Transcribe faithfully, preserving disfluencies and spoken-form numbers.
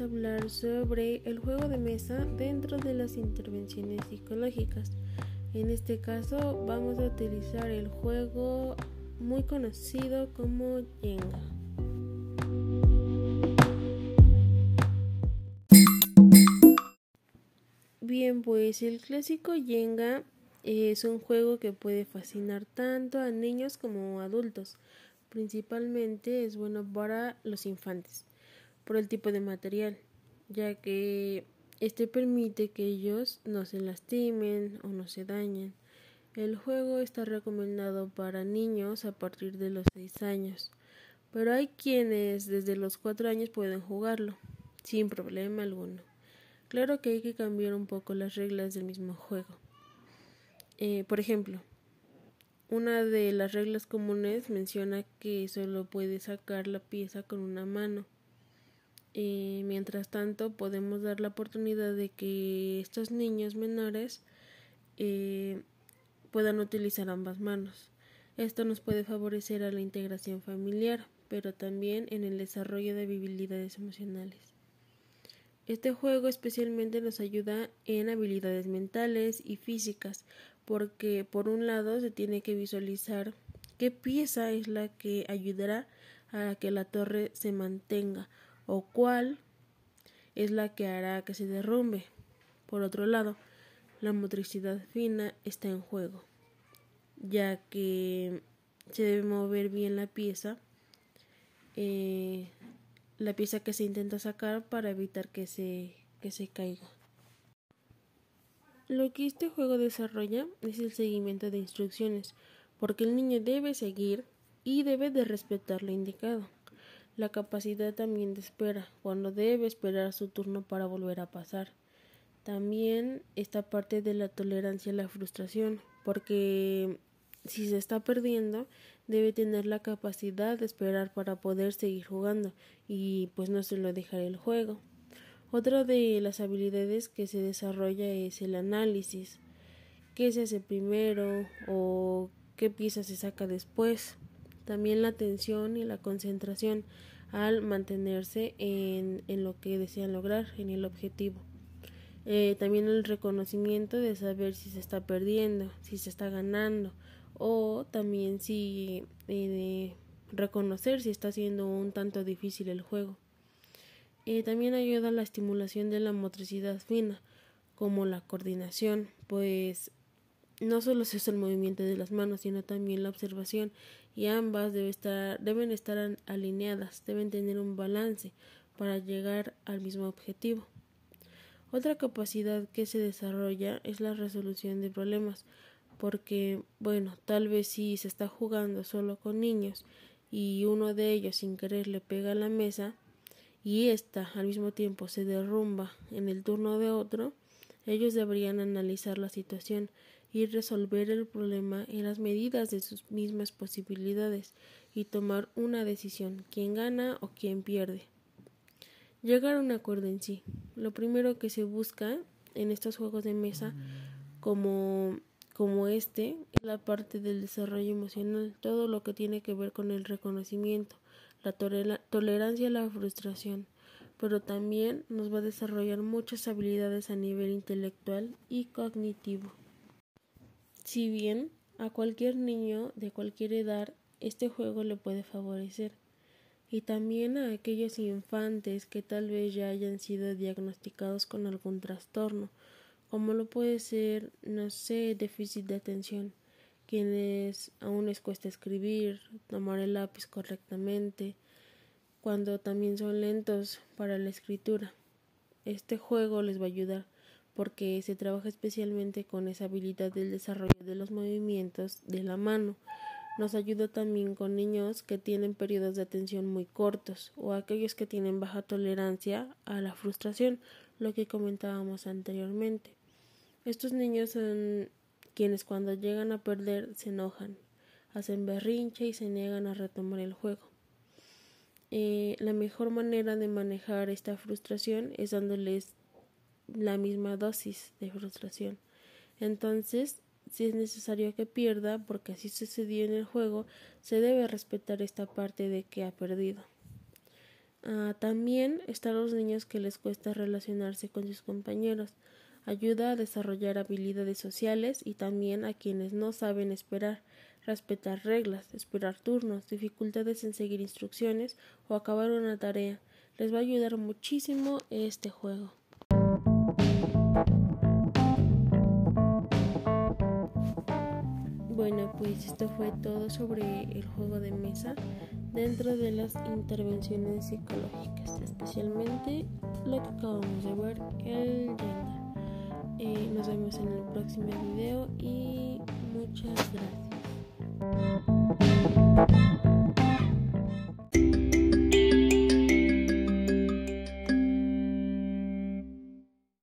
a hablar sobre el juego de mesa dentro de las intervenciones psicológicas. En este caso vamos a utilizar el juego muy conocido como Jenga. Bien, pues el clásico Jenga es un juego que puede fascinar tanto a niños como a adultos. Principalmente es bueno para los infantes por el tipo de material, ya que este permite que ellos no se lastimen o no se dañen. El juego está recomendado para niños a partir de los seis años, pero hay quienes desde los cuatro años pueden jugarlo sin problema alguno. Claro que hay que cambiar un poco las reglas del mismo juego. Eh, por ejemplo, una de las reglas comunes menciona que solo puede sacar la pieza con una mano. Eh, mientras tanto, podemos dar la oportunidad de que estos niños menores eh, puedan utilizar ambas manos. Esto nos puede favorecer a la integración familiar, pero también en el desarrollo de habilidades emocionales. Este juego especialmente nos ayuda en habilidades mentales y físicas, porque por un lado se tiene que visualizar qué pieza es la que ayudará a que la torre se mantenga o cuál es la que hará que se derrumbe. Por otro lado, la motricidad fina está en juego, ya que se debe mover bien la pieza, eh, la pieza que se intenta sacar para evitar que se, que se caiga. Lo que este juego desarrolla es el seguimiento de instrucciones, porque el niño debe seguir y debe de respetar lo indicado. La capacidad también de espera, cuando debe esperar su turno para volver a pasar. También esta parte de la tolerancia a la frustración, porque si se está perdiendo, debe tener la capacidad de esperar para poder seguir jugando y pues no se lo dejar el juego. Otra de las habilidades que se desarrolla es el análisis. ¿Qué se hace primero o qué pieza se saca después? También la atención y la concentración al mantenerse en, en lo que desean lograr, en el objetivo. Eh, también el reconocimiento de saber si se está perdiendo, si se está ganando, o también si eh, de reconocer si está siendo un tanto difícil el juego. Eh, también ayuda a la estimulación de la motricidad fina, como la coordinación, pues no solo se usa el movimiento de las manos, sino también la observación, y ambas debe estar, deben estar alineadas, deben tener un balance para llegar al mismo objetivo. Otra capacidad que se desarrolla es la resolución de problemas, porque, bueno, tal vez si se está jugando solo con niños y uno de ellos sin querer le pega a la mesa y ésta al mismo tiempo se derrumba en el turno de otro, ellos deberían analizar la situación y resolver el problema en las medidas de sus mismas posibilidades y tomar una decisión, quién gana o quién pierde. Llegar a un acuerdo en sí. Lo primero que se busca en estos juegos de mesa como, como este es la parte del desarrollo emocional, todo lo que tiene que ver con el reconocimiento, la tolera- tolerancia a la frustración, pero también nos va a desarrollar muchas habilidades a nivel intelectual y cognitivo. Si bien a cualquier niño de cualquier edad este juego le puede favorecer, y también a aquellos infantes que tal vez ya hayan sido diagnosticados con algún trastorno, como lo puede ser, no sé, déficit de atención, quienes aún les cuesta escribir, tomar el lápiz correctamente, cuando también son lentos para la escritura. Este juego les va a ayudar porque se trabaja especialmente con esa habilidad del desarrollo de los movimientos de la mano. Nos ayuda también con niños que tienen periodos de atención muy cortos o aquellos que tienen baja tolerancia a la frustración, lo que comentábamos anteriormente. Estos niños son quienes cuando llegan a perder se enojan, hacen berrinche y se niegan a retomar el juego. Eh, la mejor manera de manejar esta frustración es dándoles la misma dosis de frustración. Entonces, si es necesario que pierda, porque así sucedió en el juego, se debe respetar esta parte de que ha perdido. Uh, también están los niños que les cuesta relacionarse con sus compañeros. Ayuda a desarrollar habilidades sociales y también a quienes no saben esperar, respetar reglas, esperar turnos, dificultades en seguir instrucciones o acabar una tarea. Les va a ayudar muchísimo este juego. Bueno, pues esto fue todo sobre el juego de mesa dentro de las intervenciones psicológicas, especialmente lo que acabamos de ver, el gender. Eh, nos vemos en el próximo video y muchas gracias.